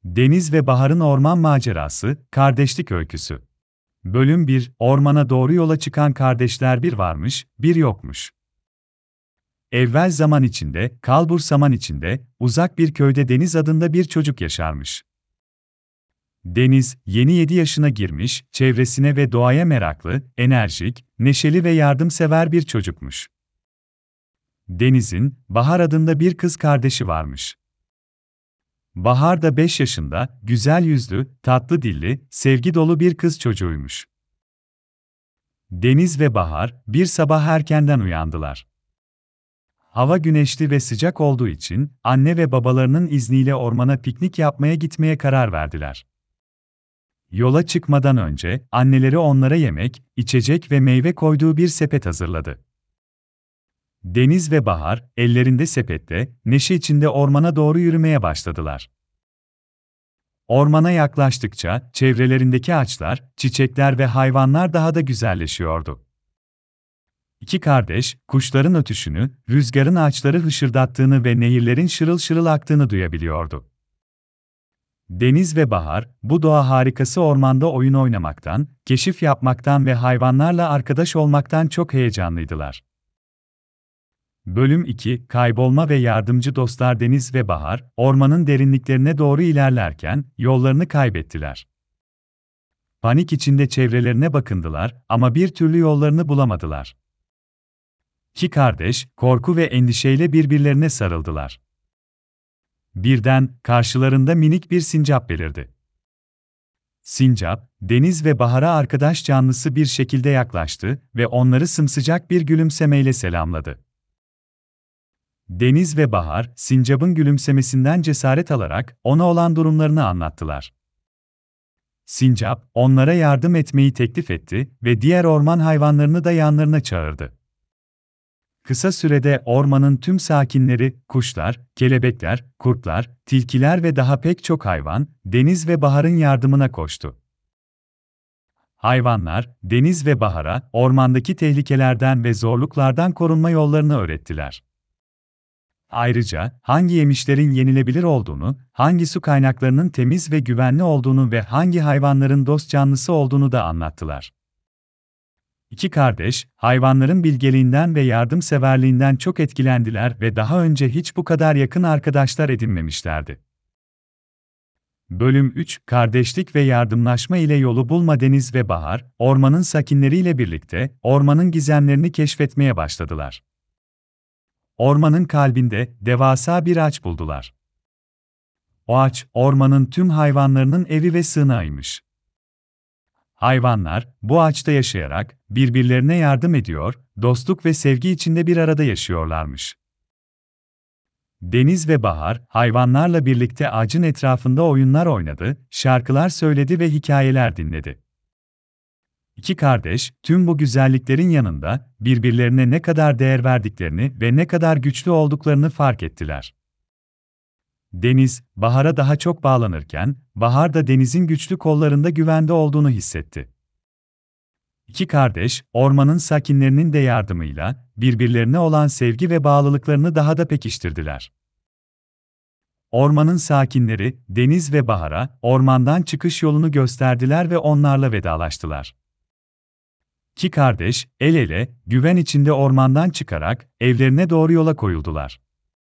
Deniz ve Bahar'ın orman macerası, kardeşlik öyküsü. Bölüm 1, ormana doğru yola çıkan kardeşler bir varmış, bir yokmuş. Evvel zaman içinde, kalbur zaman içinde, uzak bir köyde Deniz adında bir çocuk yaşarmış. Deniz, yeni 7 yaşına girmiş, çevresine ve doğaya meraklı, enerjik, neşeli ve yardımsever bir çocukmuş. Deniz'in, Bahar adında bir kız kardeşi varmış. Bahar da 5 yaşında, güzel yüzlü, tatlı dilli, sevgi dolu bir kız çocuğuymuş. Deniz ve Bahar, bir sabah erkenden uyandılar. Hava güneşli ve sıcak olduğu için, anne ve babalarının izniyle ormana piknik yapmaya gitmeye karar verdiler. Yola çıkmadan önce, anneleri onlara yemek, içecek ve meyve koyduğu bir sepet hazırladı. Deniz ve Bahar, ellerinde sepetle, neşe içinde ormana doğru yürümeye başladılar. Ormana yaklaştıkça, çevrelerindeki ağaçlar, çiçekler ve hayvanlar daha da güzelleşiyordu. İki kardeş, kuşların ötüşünü, rüzgarın ağaçları hışırdattığını ve nehirlerin şırıl şırıl aktığını duyabiliyordu. Deniz ve Bahar, bu doğa harikası ormanda oyun oynamaktan, keşif yapmaktan ve hayvanlarla arkadaş olmaktan çok heyecanlıydılar. Bölüm 2, Kaybolma ve Yardımcı Dostlar. Deniz ve Bahar, ormanın derinliklerine doğru ilerlerken, yollarını kaybettiler. Panik içinde çevrelerine bakındılar ama bir türlü yollarını bulamadılar. İki kardeş, korku ve endişeyle birbirlerine sarıldılar. Birden, karşılarında minik bir sincap belirdi. Sincap, Deniz ve Bahar'a arkadaş canlısı bir şekilde yaklaştı ve onları sımsıcak bir gülümsemeyle selamladı. Deniz ve Bahar, sincapın gülümsemesinden cesaret alarak ona olan durumlarını anlattılar. Sincap, onlara yardım etmeyi teklif etti ve diğer orman hayvanlarını da yanlarına çağırdı. Kısa sürede ormanın tüm sakinleri, kuşlar, kelebekler, kurtlar, tilkiler ve daha pek çok hayvan, Deniz ve Bahar'ın yardımına koştu. Hayvanlar, Deniz ve Bahar'a ormandaki tehlikelerden ve zorluklardan korunma yollarını öğrettiler. Ayrıca, hangi yemişlerin yenilebilir olduğunu, hangi su kaynaklarının temiz ve güvenli olduğunu ve hangi hayvanların dost canlısı olduğunu da anlattılar. İki kardeş, hayvanların bilgeliğinden ve yardımseverliğinden çok etkilendiler ve daha önce hiç bu kadar yakın arkadaşlar edinmemişlerdi. Bölüm 3, Kardeşlik ve Yardımlaşma ile Yolu bulma. Deniz ve Bahar, ormanın sakinleriyle birlikte, ormanın gizemlerini keşfetmeye başladılar. Ormanın kalbinde, devasa bir ağaç buldular. O ağaç, ormanın tüm hayvanlarının evi ve sığınağıymış. Hayvanlar, bu ağaçta yaşayarak, birbirlerine yardım ediyor, dostluk ve sevgi içinde bir arada yaşıyorlarmış. Deniz ve Bahar, hayvanlarla birlikte ağacın etrafında oyunlar oynadı, şarkılar söyledi ve hikayeler dinledi. İki kardeş, tüm bu güzelliklerin yanında, birbirlerine ne kadar değer verdiklerini ve ne kadar güçlü olduklarını fark ettiler. Deniz, Bahar'a daha çok bağlanırken, Bahar da Deniz'in güçlü kollarında güvende olduğunu hissetti. İki kardeş, ormanın sakinlerinin de yardımıyla, birbirlerine olan sevgi ve bağlılıklarını daha da pekiştirdiler. Ormanın sakinleri, Deniz ve Bahar'a, ormandan çıkış yolunu gösterdiler ve onlarla vedalaştılar. İki kardeş, el ele, güven içinde ormandan çıkarak, evlerine doğru yola koyuldular.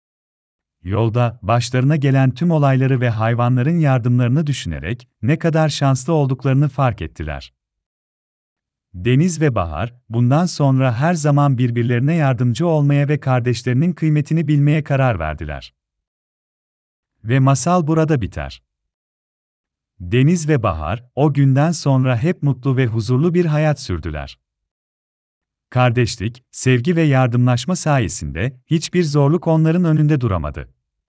Yolda, başlarına gelen tüm olayları ve hayvanların yardımlarını düşünerek, ne kadar şanslı olduklarını fark ettiler. Deniz ve Bahar, bundan sonra her zaman birbirlerine yardımcı olmaya ve kardeşlerinin kıymetini bilmeye karar verdiler. Ve masal burada biter. Deniz ve Bahar, o günden sonra hep mutlu ve huzurlu bir hayat sürdüler. Kardeşlik, sevgi ve yardımlaşma sayesinde hiçbir zorluk onların önünde duramadı.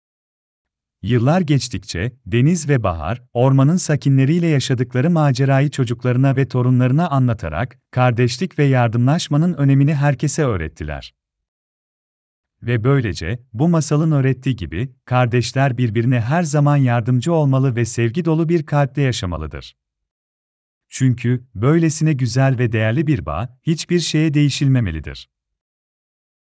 Yıllar geçtikçe, Deniz ve Bahar, ormanın sakinleriyle yaşadıkları macerayı çocuklarına ve torunlarına anlatarak, kardeşlik ve yardımlaşmanın önemini herkese öğrettiler. Ve böylece, bu masalın öğrettiği gibi, kardeşler birbirine her zaman yardımcı olmalı ve sevgi dolu bir kalple yaşamalıdır. Çünkü, böylesine güzel ve değerli bir bağ, hiçbir şeye değişilmemelidir.